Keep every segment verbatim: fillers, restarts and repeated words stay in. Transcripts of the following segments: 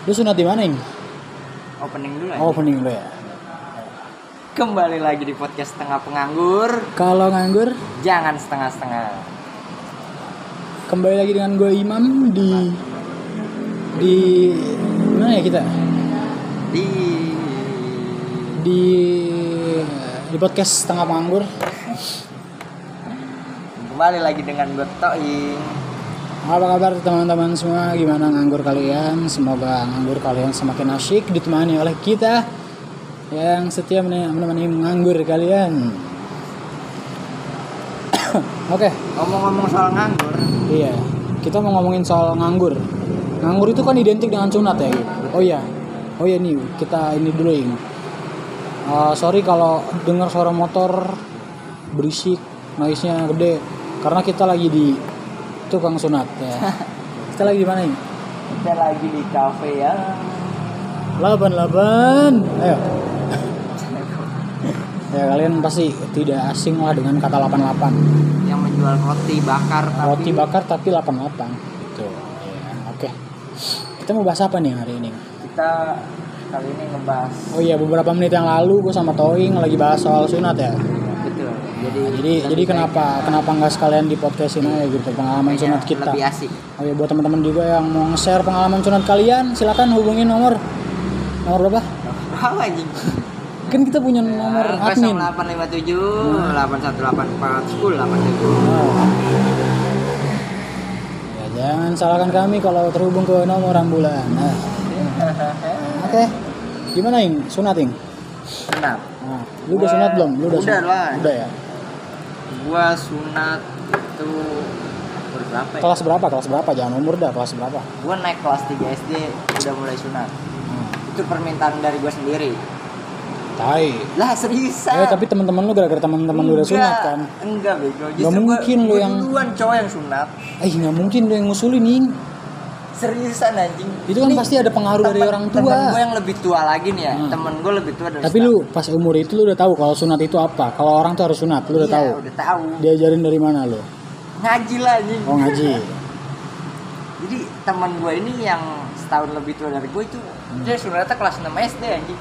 Lu sunat di mana, Ing? Opening dulu aja. Oh, opening dulu ya. Kembali lagi di podcast Setengah Penganggur. Kalau nganggur, jangan setengah-setengah. Kembali lagi dengan gue Imam di di mana ya kita? Di Di di podcast Setengah Penganggur. Kembali lagi dengan gue Toing. Apa kabar teman-teman semua? Gimana nganggur kalian? Semoga nganggur kalian semakin asyik ditemani oleh kita yang setia menemani menganggur kalian. Oke. Okay. Ngomong-ngomong soal nganggur. Iya. Kita mau ngomongin soal nganggur. Nganggur itu kan identik dengan sunat ya. Oh iya. Oh iya nih kita ini dulu ini. Uh, sorry kalau dengar suara motor berisik, noise-nya gede. Karena kita lagi di tukang sunat ya. Kita lagi di mana ini? Kita lagi di kafe ya. delapan puluh delapan. Ayo. Ya kalian pasti tidak asing lah dengan kata delapan puluh delapan. Yang menjual roti bakar tapi Roti bakar tapi delapan puluh delapan. Gitu. Ya, oke. Kita mau bahas apa nih hari ini? Kita kali ini ngebahas. Oh iya, beberapa menit yang lalu gue sama Toing lagi bahas soal sunat ya. Betul. Jadi Nah, jadi jadi kenapa kenapa nggak sekalian di podcastin aja gitu pengalaman sunat kita. Lebih asik. Oh iya, buat teman-teman juga yang mau nge-share pengalaman sunat kalian, silakan hubungin nomor nomor berapa? Berapa anjing? Kan kita punya nomor admin. nol delapan lima tujuh delapan satu delapan empat sepuluh delapan tujuh. Oh. Ya, jangan salahkan kami kalau terhubung ke nomor ambulan. Nah. Oke. Okay. Gimana, Ing? Sunat, Ing? Sunat. Nah, lu udah sunat belum? Lu udah, udah sunat? lah. Udah ya. Gua sunat itu umur berapa ya? Kelas berapa? Kelas berapa? Jangan umur dah, kelas berapa? Gua naik kelas tiga S D udah mulai sunat. Hmm. Itu permintaan dari gua sendiri. Tai. Lah seriusan. Eh, tapi teman-teman lu gara-gara teman-teman lu udah sunat kan? Enggak, bego. Gak mungkin lu yang duluan cowok yang sunat. Eh, nggak mungkin lu yang ngusulin, Ing. Seriusan anjing. Itu kan Ini pasti ada pengaruh dari orang tua. Temen gue yang lebih tua lagi nih ya. Hmm. Temen gue lebih tua dari Tapi lu pas umur itu lu udah tahu kalau sunat itu apa? Kalau orang tuh harus sunat, lu udah iya, tahu. udah tahu. Diajarin dari mana lu? Ngaji lah anjing. Oh, ngaji. Jadi teman gue ini yang setahun lebih tua dari gue itu hmm. dia sunatnya kelas enam S D anjing.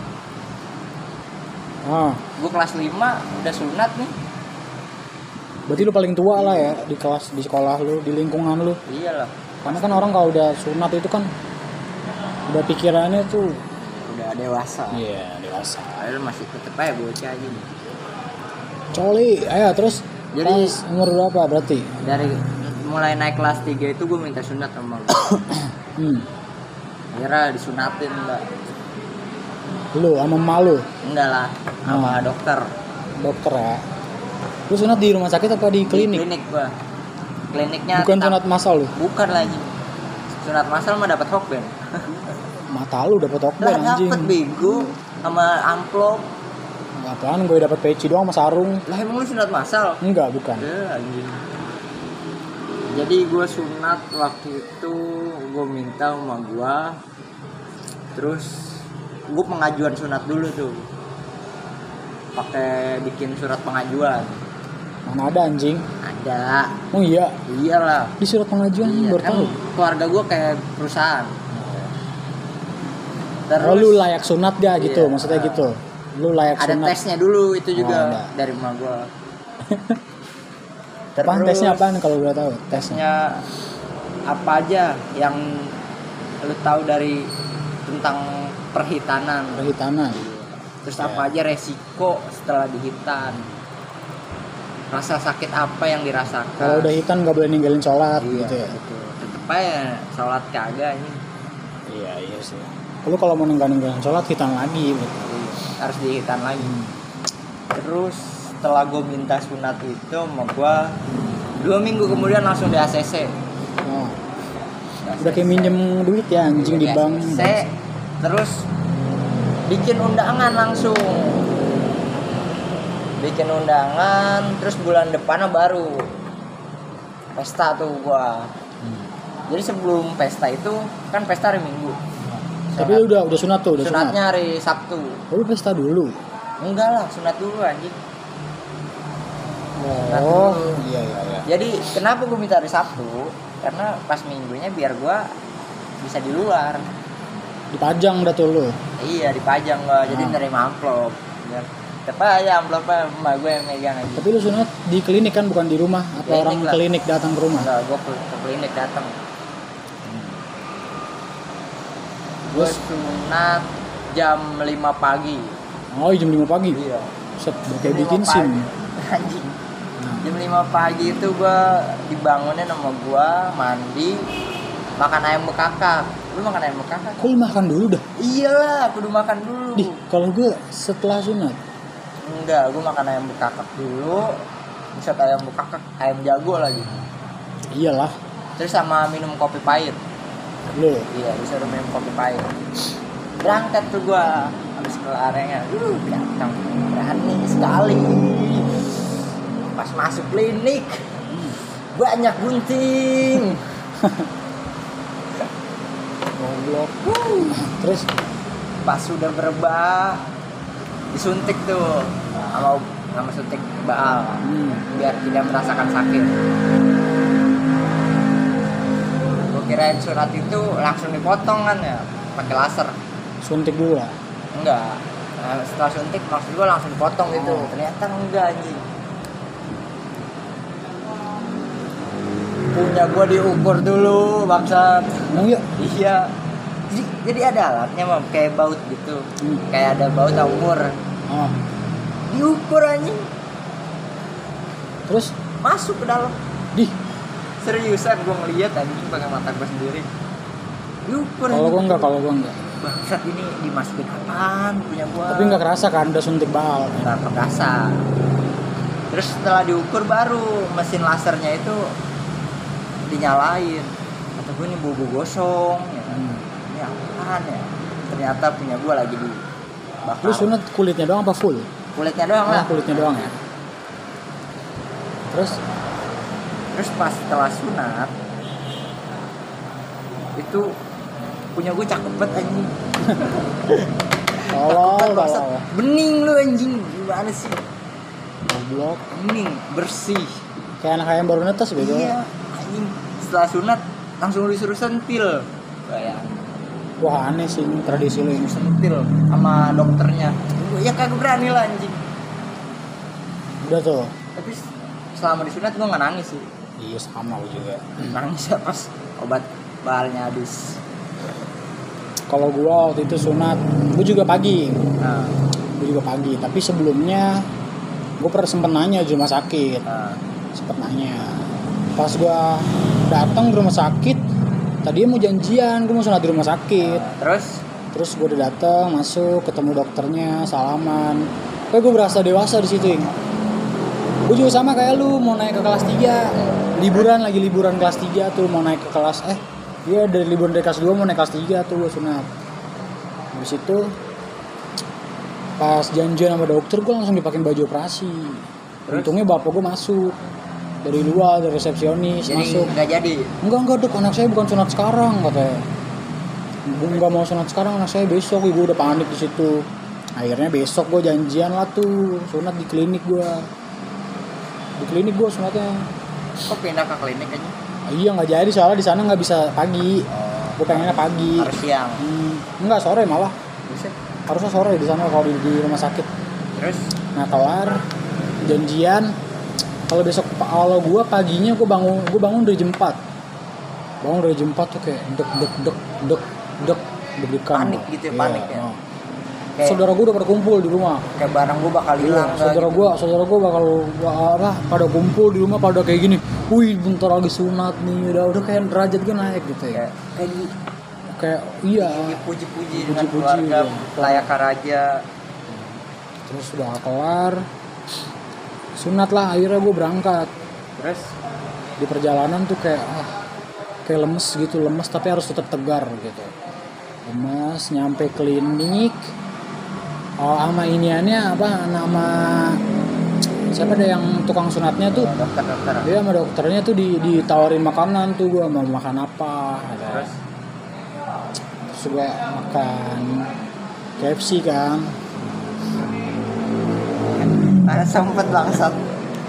Oh. Gue kelas lima udah sunat nih. Berarti lu paling tua lah ya di kelas, di sekolah lu, di lingkungan lu. Iyalah. Karena kan orang kalau udah sunat itu kan udah pikirannya tuh udah dewasa. Iya, yeah, dewasa. Padahal masih tetep aja bocah aja nih. Coli, ayo terus. Jadi pas umur berapa berarti? Dari mulai naik kelas tiga itu gue minta sunat sama gue. hmm. Akhirnya disunatin enggak. Lu sama malu? Enggak lah, sama hmm. dokter. Dokter ya. Lu sunat di rumah sakit apa di klinik? Di klinik gua. Kliniknya bukan tetap, sunat massal lu? Bukan lagi. Sunat massal mah dapat hokben. Mata lu dapat hokben anjing. Dapat bego sama amplop. Apaan gue dapat peci doang sama sarung. Lah emang lu sunat massal? Enggak, bukan. Ya, anjing. Jadi gue sunat waktu itu gue minta sama gue. Terus gue pengajuan sunat dulu tuh. Pakai bikin surat pengajuan. Mana ada anjing? Ada. Oh iya. Iyalah. Di surat pengajuan iya, baru kan tahu. Keluarga gue kayak perusahaan. Terus oh, lu layak sunat gak gitu? Iya, maksudnya uh, gitu. Lu layak ada sunat. Ada tesnya dulu itu juga oh, dari emak gue. Apaan tesnya apaan kalau gue tahu? Tesnya. tesnya apa aja yang lu tahu dari tentang perhitanan. Perhitanan. Terus ya. apa aja resiko setelah dihitan. Rasa sakit apa yang dirasakan. Kalau udah hitan gak boleh ninggalin sholat iya, gitu ya. Gitu. Tetep aja sholat kagak ini. Iya iya sih. Lu kalau mau ninggalin sholat hitan lagi gitu. Harus dihitan lagi. Hmm. Terus setelah gue minta sunat itu sama gue dua minggu kemudian langsung di A C C. Oh. Udah kayak minjem duit ya anjing di bank. A C C. Terus bikin undangan langsung. Bikin undangan, terus bulan depannya baru pesta tuh gua. Hmm. Jadi sebelum pesta itu kan pesta hari Minggu. Tapi lu udah udah sunat tuh, udah sunat. Sunatnya hari Sabtu. Oh, lu pesta dulu. Enggak lah, sunat dulu anjing. Oh, iya iya iya. Jadi kenapa gua minta hari Sabtu? Karena pas minggunya biar gua bisa di luar. Dipajang dah tuh lu. Iya dipajang gua, jadi Ah. nerima amplop. Ya. Tepat aja amplopnya emak gue yang megang aja. Tapi lu sunat di klinik kan, bukan di rumah? Apa Klinik orang lah. klinik datang ke rumah? Enggak, gue ke, ke klinik datang. Gue Terus? sunat jam lima pagi. Oh jam lima pagi? Iya. Set, Jam kayak lima bikin pagi. sim. Anjing. Nah. Jam lima pagi itu gue dibangunin sama gue mandi, makan ayam bekakak. Lu makan ayam bekakak? Kok lu makan dulu dah? Iyalah, kudu makan dulu. Di, kalau gue setelah sunat. Enggak, gue makan ayam bekakak dulu. Buset, ayam bekakak, ayam jago lagi. Iyalah, Terus sama minum kopi pahit. lu. Iya, disuruh minum kopi pahit. Berangkat tuh gua habis kelarengnya. Uh, ganteng. Berani sekali. Pas masuk klinik banyak gunting. Goblok. Terus Pas sudah berebah disuntik tuh sama sama suntik baal hmm, biar tidak merasakan sakit. Gua kirain sunat itu langsung dipotong kan ya, pakai laser. suntik dulu lah. Enggak. Nah, setelah suntik maksud gua langsung dipotong gitu. Oh. Ternyata enggak anjing. Punya gua diukur dulu bangsat. Emang ya? Iya. Jadi, jadi ada alatnya mah kayak baut gitu. Hmm. Kayak ada baut umur. Oh. Diukur anjing. Terus Masuk ke dalam. di Seriusan gua ngeliat anjing pakai mata gua sendiri. Diukur. kalau anjing. gua enggak, kalau gua enggak. Bangsat ini dimasukin apaan punya gua. Tapi enggak kerasa kan udah suntik bal. Nggak perkasa. Terus setelah diukur baru mesin lasernya itu dinyalain. Kata gue ini bobo gosong ya kan? Hmm. Ini apaan ya? Ternyata punya gue lagi di bakar. Lu sunat kulitnya doang apa full? Kulitnya doang lah. Oh, kulitnya doang ya. Terus Terus pas setelah sunat itu punya gue cakep banget anjing. tolol, Cakep banget, bangsat. tolol. Bening lu anjing. Gimana sih? Goblok. Bening, bersih. Kayak anak ayam baru netes bego. Iya, anjing. Setelah sunat langsung disuruh sentil. Bayangin. Wah, aneh sih ini tradisi lu ini. Sentil sama dokternya. Gua ya kagak berani lah anjing. Udah tuh. Tapi selama disunat gua nggak nangis sih. Iya, sama gua juga. Nangis ya pas obat bahalnya habis. Kalau gua waktu itu sunat, gua juga pagi. Nah, Gua juga pagi, tapi sebelumnya gua pernah sempet nanya di rumah sakit. nah, Sempet nanya. Pas gua datang ke rumah sakit, tadinya mau janjian, gua mau sunat di rumah sakit. nah, terus Terus gua udah datang, masuk, ketemu dokternya, salaman. Kayak gua berasa dewasa di situ, Ing. Gua juga sama kayak lu, mau naik ke kelas tiga. Liburan, lagi liburan kelas tiga tuh, mau naik ke kelas eh iya dari liburan dari kelas dua mau naik kelas tiga tuh gua sunat. Habis itu pas janjian sama dokter gua langsung dipakein baju operasi. Terus? Untungnya bapak gua masuk dari luar, dari resepsionis jadi masuk. nggak jadi. Enggak, enggak dok, anak saya bukan sunat sekarang katanya. Gue nggak mau sunat sekarang, anak saya besok. Gue udah panik di situ. Akhirnya besok gue janjian lah tuh sunat di klinik gue. Di klinik gue sunatnya. Kok pindah ke klinik aja? Iya nggak jadi soalnya di sana nggak bisa pagi. Oh, Gue pengennya pagi. harus siang. Hmm, enggak sore malah. Buset. Harusnya sore di sana kalau di, di rumah sakit. Terus Nah kelar janjian. Kalau besok kalau gue paginya gue bangun gue bangun dari jam empat. Bangun dari jam empat tuh kayak dek dek dek dek dek deg-degan. Panik gitu ya, Iya, panik ya? oh. kayak, Saudara gue udah pada kumpul di rumah. kayak barang gua bakal hilang. Iya, saudara gitu. gue, saudara gue bakal apa? Pada kumpul di rumah pada kayak gini. Wih, bentar lagi sunat nih, udah udah kayak derajat gue naik gitu ya. Kayak kayak di Kayak iya. dipuji-puji dengan Puji-puji, keluarga iya. layak raja. Terus udah kelar. Sunat lah, akhirnya gue berangkat. Terus Di perjalanan tuh kayak ah, kayak lemes gitu, lemes tapi harus tetap tegar gitu. Lemes nyampe klinik. Oh, sama iniannya apa nama siapa deh yang tukang sunatnya tuh? dokter-dokter. Dia sama dokternya tuh di ditawarin makanan tuh, gua mau makan apa. Terus Terus gua makan K F C kan. ada sempet bangsat.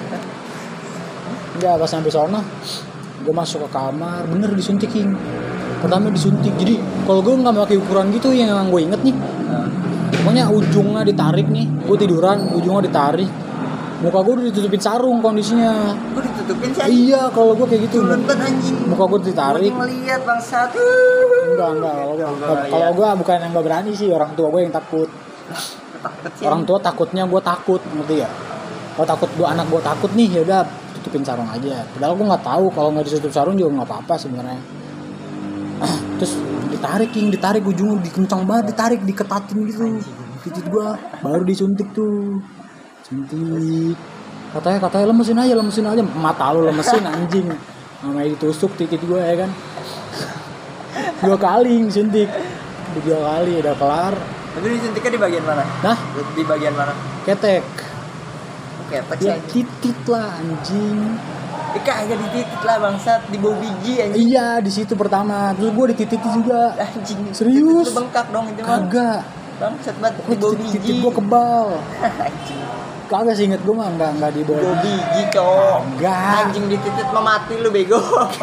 Enggak, pas sampai sana gua masuk ke kamar, bener disuntikin. pertama disuntik. Jadi kalau gue nggak pakai ukuran gitu yang gue inget nih, Nah, pokoknya ujungnya ditarik nih, gue tiduran ujungnya ditarik, muka gue udah ditutupin sarung kondisinya. gue ditutupin sih anjing. Iya kalau gue kayak gitu, Culun banget anjing. muka gue ditarik. Gue ngeliat bangsat. Enggak enggak kalau gue kalau gue bukan yang nggak berani sih, orang tua gue yang takut. Takut sih. Orang tua takutnya gue takut, ngerti ya? Kalau takut gue anak gue takut nih, ya udah tutupin sarung aja. Padahal gue nggak tahu kalau nggak ditutup sarung juga nggak apa-apa sebenarnya. Terus ditarik king, ditarik ujungnya dikencang banget, ditarik diketatin gitu. Titik gue baru disuntik tuh, suntik. Katanya katanya lemesin aja, lemesin aja. Mata lu lemesin anjing. Namanya ditusuk titik gue ya kan. Dua kali disuntik, dua kali udah kelar. Tapi disuntiknya di bagian mana? Nah, Di bagian mana? ketek. Oke, apa Ya sih? titit lah anjing. Eh kagak dititit lah bangsat, di bawah biji anjing. Iya di situ pertama. Terus gue dititit juga. Anjing. Serius? Titit lu bengkak dong itu mah. Kagak. Bangsat banget di Pokoknya bawah titit, biji. titit gue kebal. Anjing. Kagak sih inget gue mah nggak nggak di Di bawah bawah. biji, cowok. Kagak. Anjing dititit mah mati lu bego.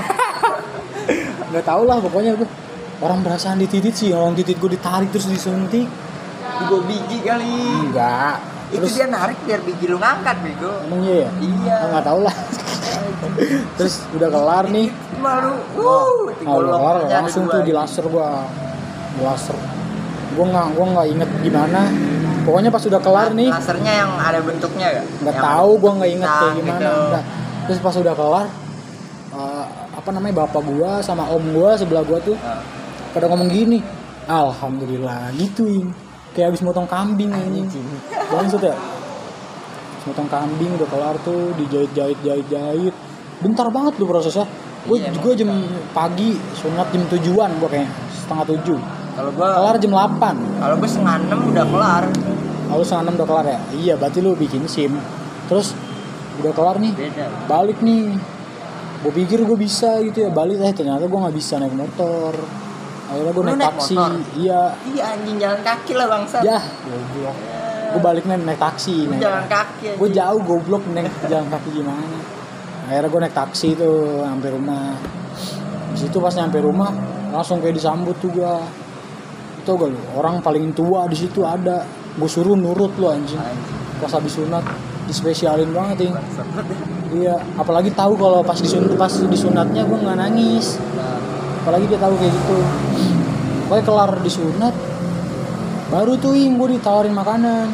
Nggak tahu lah pokoknya gue. Orang perasaan dititit sih. Orang titit gue ditarik terus disuntik. Di bawah biji kali. Enggak. Itu Terus dia narik biar biji lu ngangkat bego. emang iya ya? Iya. Oh, nggak tahu lah. Terus udah kelar nih. Malu. Oh, Uh, oh, udah kelar langsung tuh di laser gue. Di laser. Gue nggak gue nggak inget gimana. Pokoknya pas udah kelar nih. Lasernya yang ada bentuknya gak? Nggak Yang tahu gue nggak inget kayak bintang gimana. gitu. Nah, terus pas udah kelar, uh, apa namanya bapak gue sama om gue sebelah gue tuh Nah, pada ngomong gini, alhamdulillah gituin, kayak habis motong kambing ini. Langsung ya, habis motong kambing udah kelar tuh dijahit jahit jahit jahit, bentar banget tuh prosesnya. Gue Iya, gue jam pagi sunat jam tujuan gue kayaknya setengah tujuh, kalau gua kelar jam delapan. kalau gua setengah enam udah kelar. Lalu setengah enam udah kelar ya? Iya, berarti lu bikin SIM. Terus udah kelar nih, Beda. balik nih. Gue pikir gue bisa gitu ya, balik eh ternyata gue nggak bisa naik motor. Akhirnya gue Lu naik naik taksi. motor? Iya. Iya anjing jalan kaki lah bangsa. Ya, goblok. Gue balik naik, naik taksi. Lu jalan kaki anjing. Gue jauh goblok naik jalan kaki gimana. Akhirnya gue naik taksi tuh sampai rumah. Di situ pas nyampe rumah langsung kayak disambut tuh gue. Tau gak lu, orang paling tua di situ ada. Gue suruh nurut lu anjing. Anjing. Pas habis sunat dispesialin banget nih. Bangsat banget. Iya, apalagi tahu kalau pas disunat pas disunatnya gue nggak nangis. Nah, Apalagi dia tahu kayak gitu. Pokoknya kelar disunat, baru tuh ing gue ditawarin makanan.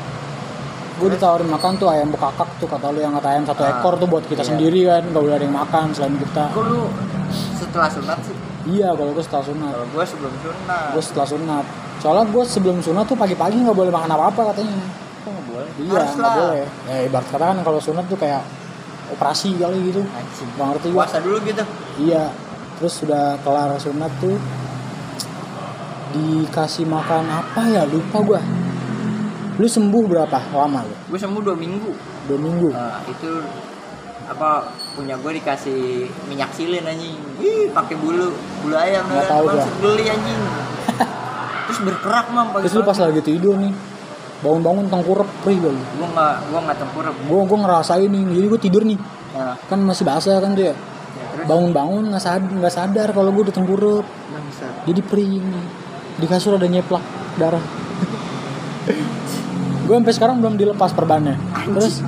Gue ditawarin makan tuh ayam bekakak tuh kata lu, yang kata ayam satu Ah, ekor tuh buat kita iya. sendiri kan, nggak boleh ada yang makan selain kita. kok lu setelah sunat sih? Iya, kalau gue setelah sunat. Kalau gua sebelum sunat. Gue setelah sunat. Soalnya gue sebelum sunat tuh pagi-pagi nggak boleh makan apa-apa katanya. Kok nggak boleh? Iya, Harus nggak lah. boleh. Ya ibarat kata kan kalau sunat tuh kayak operasi kali gitu. Anjing. Nggak ngerti gue. Puasa dulu gitu. Iya, terus sudah kelar sunat tuh dikasih makan apa ya, lupa gua. Lu sembuh berapa lama lu? Gue sembuh dua minggu. Dua minggu. Nah, itu apa punya gue dikasih minyak silin anjing. Wih, pakai bulu bulu ayam Nggak kan. tahu gua. Langsung beli anjing. Terus berkerak mam pagi. Terus lu pas lagi tidur nih, bangun-bangun tengkurap perih gua. Gue nggak gue nggak tempurep. Gua gua ngerasain nih, jadi gua tidur nih. Nah, Kan masih basah kan tuh ya. ya, terus Bangun-bangun nggak sadar, nggak sadar kalau gua udah tengkurap. bangsat. Jadi perih nih. Di kasur ada nyeplak darah. Gue sampai sekarang belum dilepas perbannya. Terus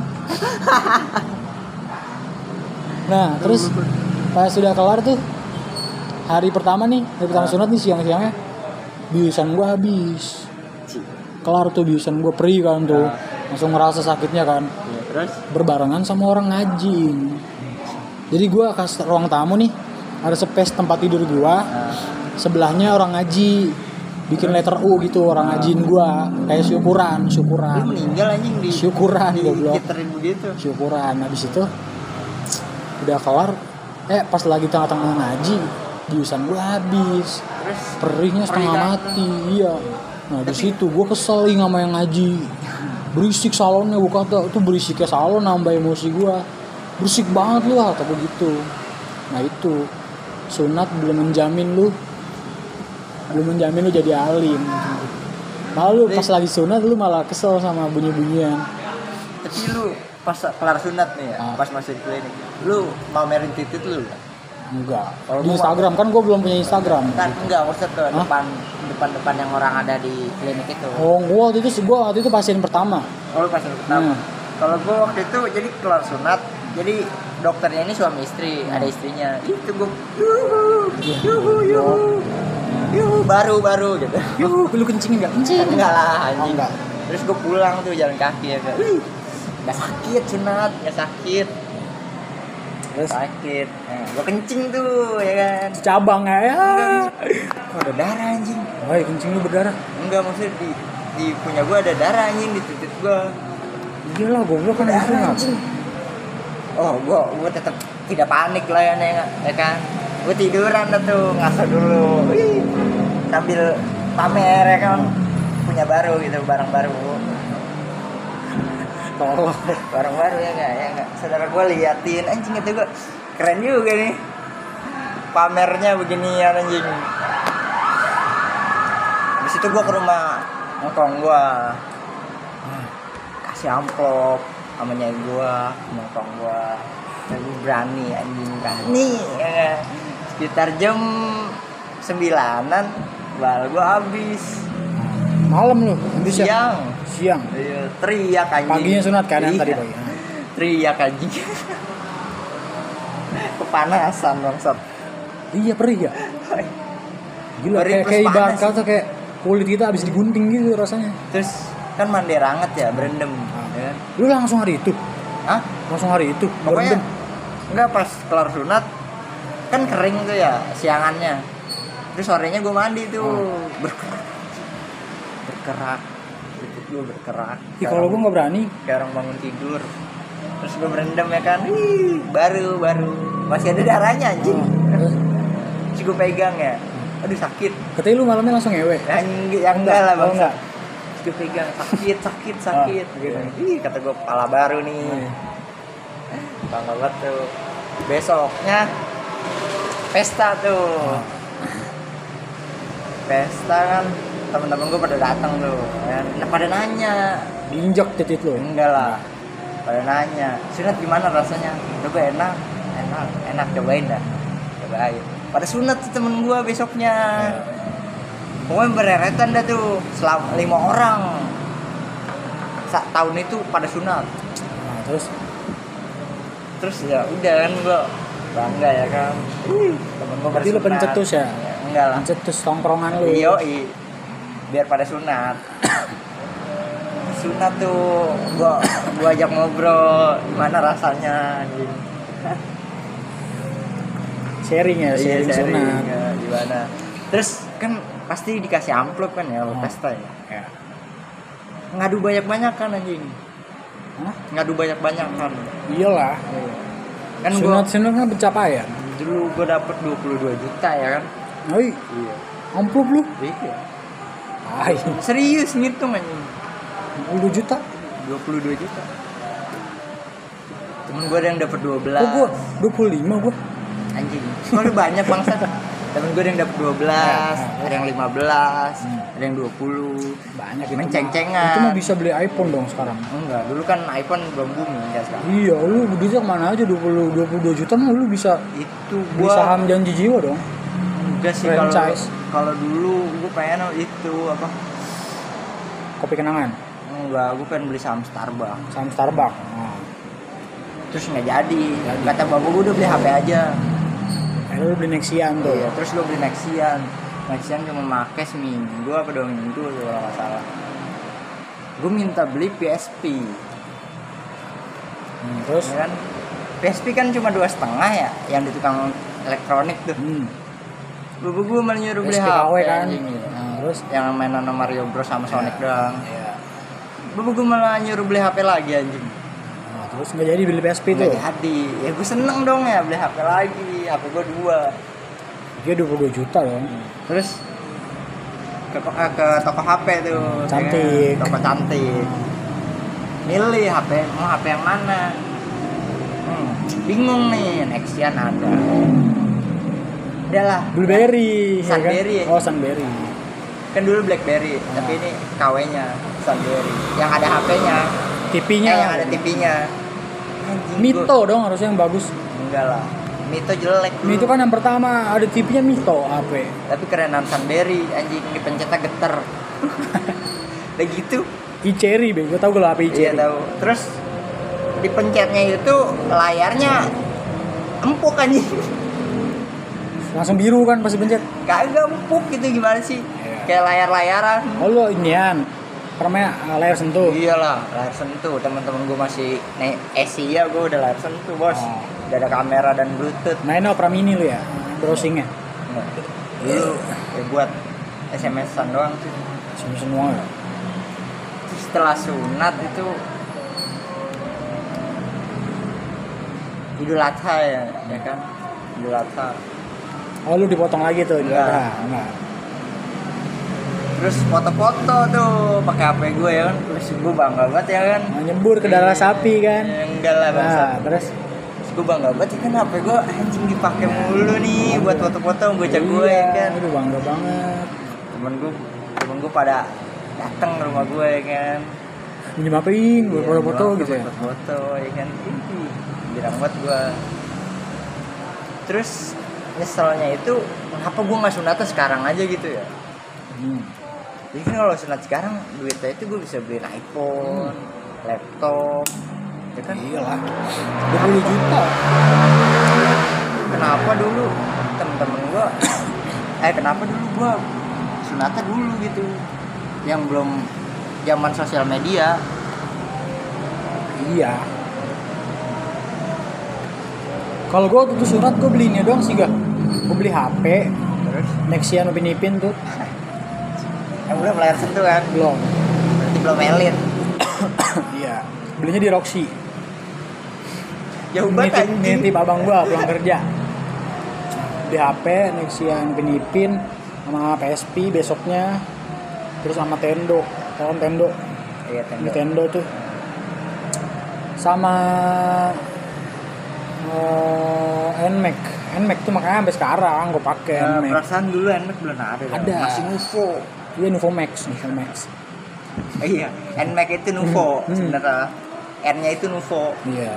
nah, terus pas sudah kelar tuh hari pertama nih, hari pertama sunat nih siang-siangnya biusan gue habis. Kelar tuh biusan gue perih kan tuh. Langsung ngerasa sakitnya kan. Ya, terus Berbarengan sama orang ngaji. Jadi gue kasih ruang tamu nih, ada space tempat tidur gue. nah, Sebelahnya orang ngaji, bikin letter U gitu, orang ngajiin gua kayak syukuran, lu syukuran, meninggal anjing di syukuran di goblok, giterin begitu. syukuran. Habis itu udah kelar, eh pas lagi tengah-tengah ngaji, biusan gua habis, Terus perihnya setengah perih kan? mati, iya. Nah di situ gua kesel ing sama yang ngaji, berisik salonnya, gua kata itu berisiknya salon nambah emosi gua, berisik banget lu kata gua gitu. Nah itu sunat belum menjamin lu belum menjamin lu jadi alim. Malah lu pas lagi sunat lu malah kesel sama bunyi-bunyian. Tapi lu pas kelar sunat nih ya, Ah. pas masih di klinik, lu mau merin titit lu nggak? Enggak. Kalau Di gua- Instagram kan gue belum punya Instagram. Kan enggak, maksud ke Hah? depan depan-depan yang orang ada di klinik itu. Oh, gue waktu itu gue waktu itu pasien pertama. Oh, lu pasien pertama. Hmm. Kalau gua waktu itu jadi kelar sunat, jadi dokternya ini suami istri, Hmm. ada istrinya. Itu gua yuhu, yuhu, yuhu. Yuhu, baru baru gitu. Yuh, lu kencingin nggak? Kencing. Enggak lah anjing. Oh, enggak. Terus gua pulang tuh jalan kaki ya kan. Enggak sakit sunat, enggak sakit. Terus Sakit. Nah, gua kencing tuh ya kan. cabang ya. ya. Kok ada darah anjing? Woi, kencing lu berdarah. Enggak, maksudnya di di punya gua ada darah anjing di titik gua. Iya lah, goblok kan habis Darah, sunat. anjing. Oh, gua gua tetap tidak panik lah ya, ya, ya kan. Gua tiduran dah tuh, ngaso dulu. Wih, sambil pamer ya kan. Punya baru gitu, barang baru. Tolong. Barang baru ya enggak, ya enggak. Saudara gua liatin, anjing itu gua keren juga nih. Pamernya beginian anjing. Habis itu gua ke rumah ngkong gua. Kasih amplop sama nyai gua, ngkong gua. Dan gua berani anjing, berani ya kan. Sekitar jam sembilanan bal gua habis. Malam lu, habis ya? Siang. Siang. Iya, teriak anjing. Paginya sunat kan yang Iya. tadi pagi. Teriak anjing. Kepanasan bangsat. Iya perih ya. Gila Perih kayak, plus kayak ibarat panas. kata kayak kulit kita habis digunting gitu rasanya. Terus kan mandi ranget ya, berendam. Ah. Ya kan? Lu langsung hari itu, Hah? langsung hari itu. Pokoknya berendam. enggak, pas kelar sunat kan kering tuh ya siangannya. Terus sorenya gue mandi tuh, Hmm. berkerak. Berkerak. Titik gue berkerak. Ih, kalau gue nggak berani. Kayak orang bangun tidur. Terus gue berendam ya kan. Wih, baru baru. Masih ada darahnya anjing. Oh. Terus gue pegang ya. Aduh sakit. Katanya lu malamnya langsung ngewe. Yang, yang enggak lah Oh, bang. enggak. Terus gue pegang sakit sakit sakit. Oh, gitu. iya. Ih, kata gue kepala baru nih. Bangga banget tuh. Besoknya pesta tuh. Oh. Pesta kan temen-temen gue pada datang tuh. Ya. Nah, pada nanya. Diinjak titik lu. Enggak lah. Pada nanya, sunat gimana rasanya? Udah gue enak, enak, enak cobain dah. Cobain. Pada sunat tuh temen gue besoknya. Pokoknya bereretan dah tuh, selama lima orang. Sa tahun itu pada sunat. Nah, terus Terus ya udah kan gue bangga ya kan. Ih, temen gue berarti lu pencetus ya? Enggak lah. pencetus tongkrongan lu. Iya, biar pada sunat. Sunat tuh gua gua ajak ngobrol gimana rasanya anjing. Sharing ya, Iya, sharing sharing, sunat. ya, gimana. Terus kan pasti dikasih amplop kan ya, Oh. pesta ya. Ya. Ngadu banyak-banyak kan anjing. Hah? Ngadu banyak-banyak kan. Iyalah. Kan gua Sunat sunat kan pencapaian. dulu gua dapet dua puluh dua juta ya kan. Oi, Iya. amplop lu. Iya. Ay, Serius ngitung anjing. dua puluh juta. dua puluh dua juta. Temen gua ada yang dapet dua belas. Kok gua dua puluh lima gua. Anjing. Soalnya banyak bangsa. Temen gue ada yang dapet dua belas, Ya, ada yang lima belas, Hmm. ada yang dua puluh. Banyak itu. Menceng-cengan. Itu mah bisa beli iPhone dong sekarang. Enggak, dulu kan iPhone belum booming kan sekarang. Iya, lu duitnya kemana aja dua puluh dua juta mah lu bisa Itu beli gua saham janji jiwa dong. enggak sih kalau franchise. kalau dulu gue pengen itu apa? Kopi kenangan, Enggak, gue pengen beli saham Starbucks. saham Starbucks. Oh. Terus nggak jadi. Jadi. Kata bapak gue udah beli H P aja. Akhirnya lu beli Nexian tuh. Iya, terus gue beli Nexian. Nexian cuma make seminggu apa dua minggu kalau nggak salah. Gue minta beli P S P. Hmm, terus Ya kan P S P kan cuma dua setengah ya yang di tukang elektronik tuh. hmm. Bapak gue malah nyuruh beli S P H K W P kan. anjing. Nah, terus Yang mainan sama Mario Bros sama Sonic doang. Iya. Bapak gue malah nyuruh beli H P lagi anjing. Nah, terus nggak jadi beli P S P Nggak tuh. jadi. Ya gue seneng dong ya beli H P lagi. H P gue dua. Dia dua puluh dua juta dong. Terus ke, ke, ke toko H P tuh. Cantik. Ya kan? Toko cantik. Milih H P, mau H P yang mana? Hmm, bingung nih, Nexian ada. Udah lah. Blueberry, ya kan? Sunberry ya? Oh, Sunberry. Kan dulu BlackBerry, Ah. tapi ini K W-nya Sunberry. Yang ada H P-nya, T V-nya eh, yang ada T V-nya. Anjing, Mito gua- dong harusnya yang bagus. Enggak lah. Mito jelek dulu. Mito kan yang pertama ada T V-nya Mito apa? Tapi kerenan Sunberry anjing dipencetnya geter. Udah gitu. I-Cherry, gue tau gak lo apa I-Cherry? Iya tahu. Terus dipencetnya itu layarnya empuk anjing. Langsung biru kan pas dipencet? Kagak empuk gitu gimana sih? Iya. Kayak layar-layaran. Oh lo inian, permainan layar sentuh. Iyalah, layar sentuh. Teman-teman gue masih naik Asia, gue udah layar sentuh bos. Oh. Udah ada kamera dan bluetooth. Mainnya Opera Mini lu ya, browsingnya. Dulu ya buat S M S-an doang sih. Semua semua. Ya? Terus setelah sunat itu Idul Adha ya, ya kan? Idul Adha. Oh lu dipotong lagi tuh? Enggak. Nah, enggak. Terus foto-foto tuh pakai H P gue ya kan. Terus gue bangga banget ya kan. Nah, nyebur ke darah sapi kan? Ya, enggak lah bangsa. Nah, terus Terus gue bangga banget ya kan H P gue anjing dipakai mulu nih buat foto-foto bocah gue ya kan. Aduh bangga banget. Temen gue, temen gue pada datang ke rumah gue ya kan. Minjem apain buat Iya, foto-foto gua gitu ya? Foto ya kan. Ih, girang banget gue. Terus nyeselnya itu kenapa gue nggak sunatnya sekarang aja gitu ya? Hmm. Jadi kan kalau sunat sekarang duitnya itu gue bisa beliin iPhone, laptop, ya kan? Iyalah, dua puluh juta. Kenapa dulu temen-temen gue, eh kenapa dulu gue sunatnya dulu gitu, yang belum zaman sosial media. Iya. Kalau gue waktu itu sunat gue belinya doang sih gak. Gue beli H P, Terus Nexian Upin Ipin tuh. yang belum layar sentuh kan? Belum. Berarti belum elit. Iya. Belinya di Roxy. Jauh banget Nitip, anjing. nitip abang gua pulang kerja. Di H P Nexian Upin Ipin sama P S P besoknya, terus sama Tendo, tau Tendo, Iya tenda. Nintendo tuh, sama uh, Nmax, Nmax tuh makanya sampai sekarang gue pakai Nah, Nmax. perasaan dulu Nmax belum ada. dah. Ada. Masih Nuvo. Iya Nuvo Max, Nuvo Max. Eh, iya, Nmax itu Nuvo Hmm. sebenarnya. N-nya itu Nuvo. Iya.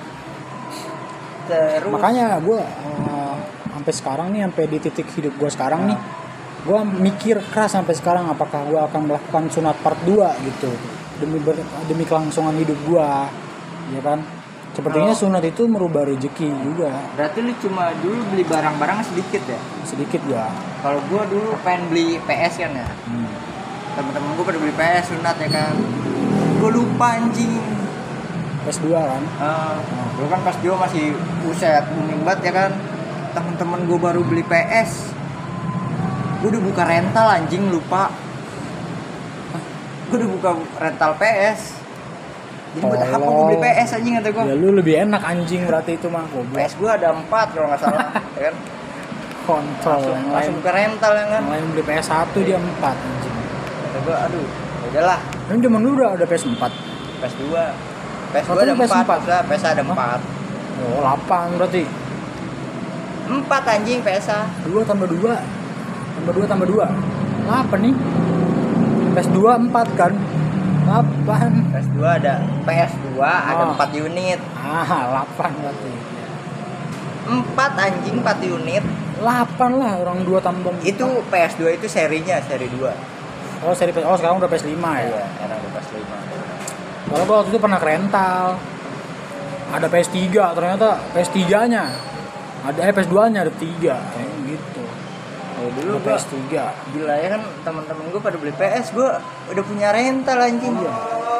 Terus Makanya gue uh, sampai sekarang nih, sampai di titik hidup gue sekarang nih, gue mikir keras sampai sekarang apakah gue akan melakukan sunat part dua gitu demi ber, demi kelangsungan hidup gue, ya kan? Sepertinya Oh. sunat itu merubah rezeki juga berarti lu cuma dulu beli barang-barang sedikit ya? sedikit ya. Kalau gua dulu pengen beli P S kan ya. Hmm. Temen-temen gua pada beli P S sunat ya kan. Gua lupa anjing. P S dua kan? Uh, dulu kan pas dia masih buset booming banget ya kan. Temen-temen gua baru beli P S. Gua udah buka rental anjing lupa. Gua udah buka rental P S. Jadi buat apa gua beli P S anjing kata gua. Ya lu lebih enak anjing berarti itu mah P goblok. S gua ada empat kalau nggak salah, ya kan? Kontrol Langsung, yang lain. langsung buka rental ya kan? Yang lain beli P S satu dia empat anjing. Kata gua, aduh, ya udahlah, Kan zaman dulu udah ada P S empat. P S dua. P S dua Katanya ada P S empat, empat. maksudnya P S ada Hah? empat. Oh, delapan berarti. Empat anjing P S A. dua tambah dua tambah dua tambah dua apa nih? P S dua empat kan? delapan. P S dua ada P S dua ada Oh. empat unit. Ah, delapan berarti. Empat anjing empat unit. delapan lah orang dua tambah empat. Itu P S dua itu serinya, seri dua. Oh, seri P S. Oh, sekarang udah P S lima ya. Iya, karena ada P S lima. Kalau gua waktu itu pernah ke rental. Ada P S tiga ternyata P S tiga-nya. Ada eh, P S dua-nya ada tiga kayak gitu. Ya dulu Ada P gua S tiga. gila ya kan teman-teman gua pada beli P S, gua udah punya rental anjing. Iya.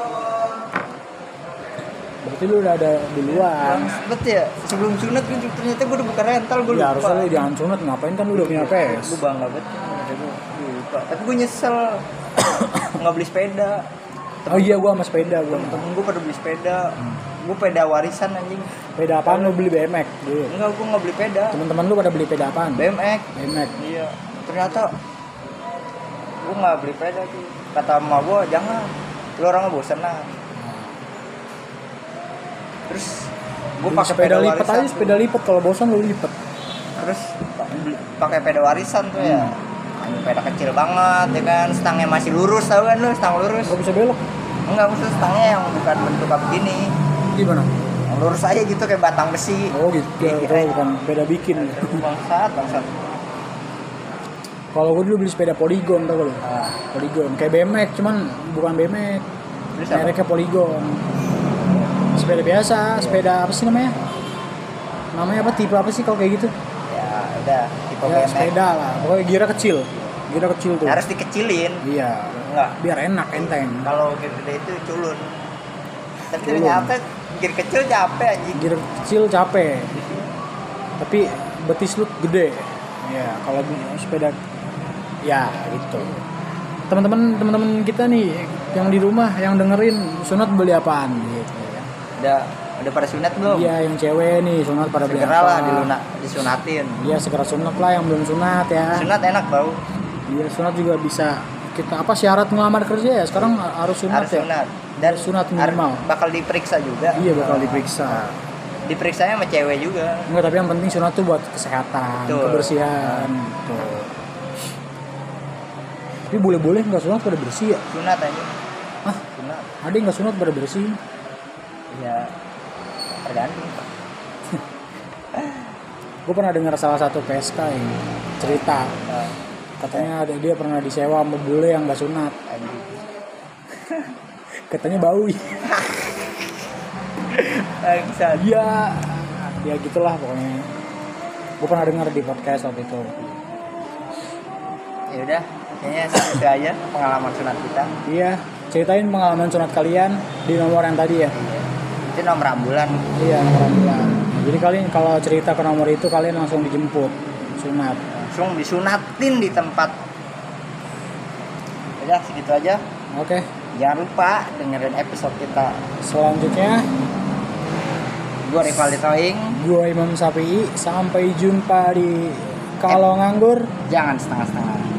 Berarti lu udah ada duluan. Bangsat ya. Sebelum sunat gua ternyata gua udah buka rental, gua Ya lupa. harusnya lu jangan sunat, ngapain kan lu udah punya P S. Gue bangga banget ada gue lupa. Tapi gue nyesel nggak beli sepeda. Oh iya gua sama sepeda gua. Temen gue pada beli sepeda. Gue sepeda warisan anjing. Sepeda apaan lu beli B M X dulu? Enggak, gue nggak beli sepeda. Teman-teman lu pada beli sepeda apaan? B M X. B M X. Iya. Ternyata gue nggak beli sepeda sih. Kata emak gue jangan. Lu orangnya bosan lah. Terus gue Beli pakai sepeda sepeda lipat warisan. aja, sepeda lipat kalau bosan lu lipat. Terus beli- pakai sepeda warisan tuh ya. Anjing sepeda kecil banget ya kan, stangnya masih lurus tau kan lu, stang lurus. Gak bisa belok. Enggak, maksud stangnya yang bukan bentuk kayak begini. Gimana? Yang lurus aja gitu kayak batang besi. Oh gitu. Ya, Iya. itu bukan sepeda bikin. Bangsat, bangsat. Kalau gue dulu beli sepeda Polygon tau gak lu? Ah, Polygon kayak B M X cuman bukan B M X. terus apa? Mereknya Polygon. Sepeda biasa, sepeda apa sih namanya? Namanya apa? Tipe apa sih kalau kayak gitu? Ya udah tipe Ya, B M X. sepeda lah. Pokoknya gira kecil. Gira kecil tuh. Harus dikecilin. Iya. Enggak. Biar enak, enteng. Kalau gede itu culun. Tapi Culun. ternyata gear kecil capek anjing. Gira kecil capek. Tapi betis lu gede. Ya, kalau di- sepeda ya gitu. Teman-teman teman-teman kita nih yang di rumah yang dengerin sunat beli apaan gitu ya. Udah udah pada sunat belum? Iya, yang cewek nih sunat pada beli Segera apa? lah dilunak, disunatin. Iya, segera sunat lah yang belum sunat ya. Sunat enak bau. Iya, sunat juga bisa kita apa syarat ngelamar kerja ya? Sekarang harus sunat Harus ya. sunat. Dan Sunat har- minimal. bakal diperiksa juga. Iya, bakal diperiksa. Diperiksanya sama cewek juga. Enggak, tapi yang penting sunat tuh buat kesehatan, Betul. kebersihan gitu. Tapi boleh-boleh nggak sunat pada bersih ya? Sunat aja. Hah? Sunat. Ada yang nggak sunat pada bersih? Ya tergantung. Gue pernah dengar salah satu P S K yang cerita, Nah, katanya ada dia pernah disewa sama bule yang nggak sunat, anjing. katanya bau. Bangsat. Iya, ya gitulah pokoknya. Gue pernah dengar di podcast waktu itu. Ya udah, kayaknya segitu aja pengalaman sunat kita. Iya, ceritain pengalaman sunat kalian di nomor yang tadi ya. Itu nomor ambulan. Iya, nomor ambulan. Jadi kalian kalau cerita ke nomor itu kalian langsung dijemput sunat. Langsung disunatin di tempat. Udah segitu aja. Oke, Jangan lupa dengerin episode kita. selanjutnya Gue Rivaldi Toing. gue Imam Sapi'i. Sampai jumpa di Kalau Nganggur. Jangan setengah-setengah.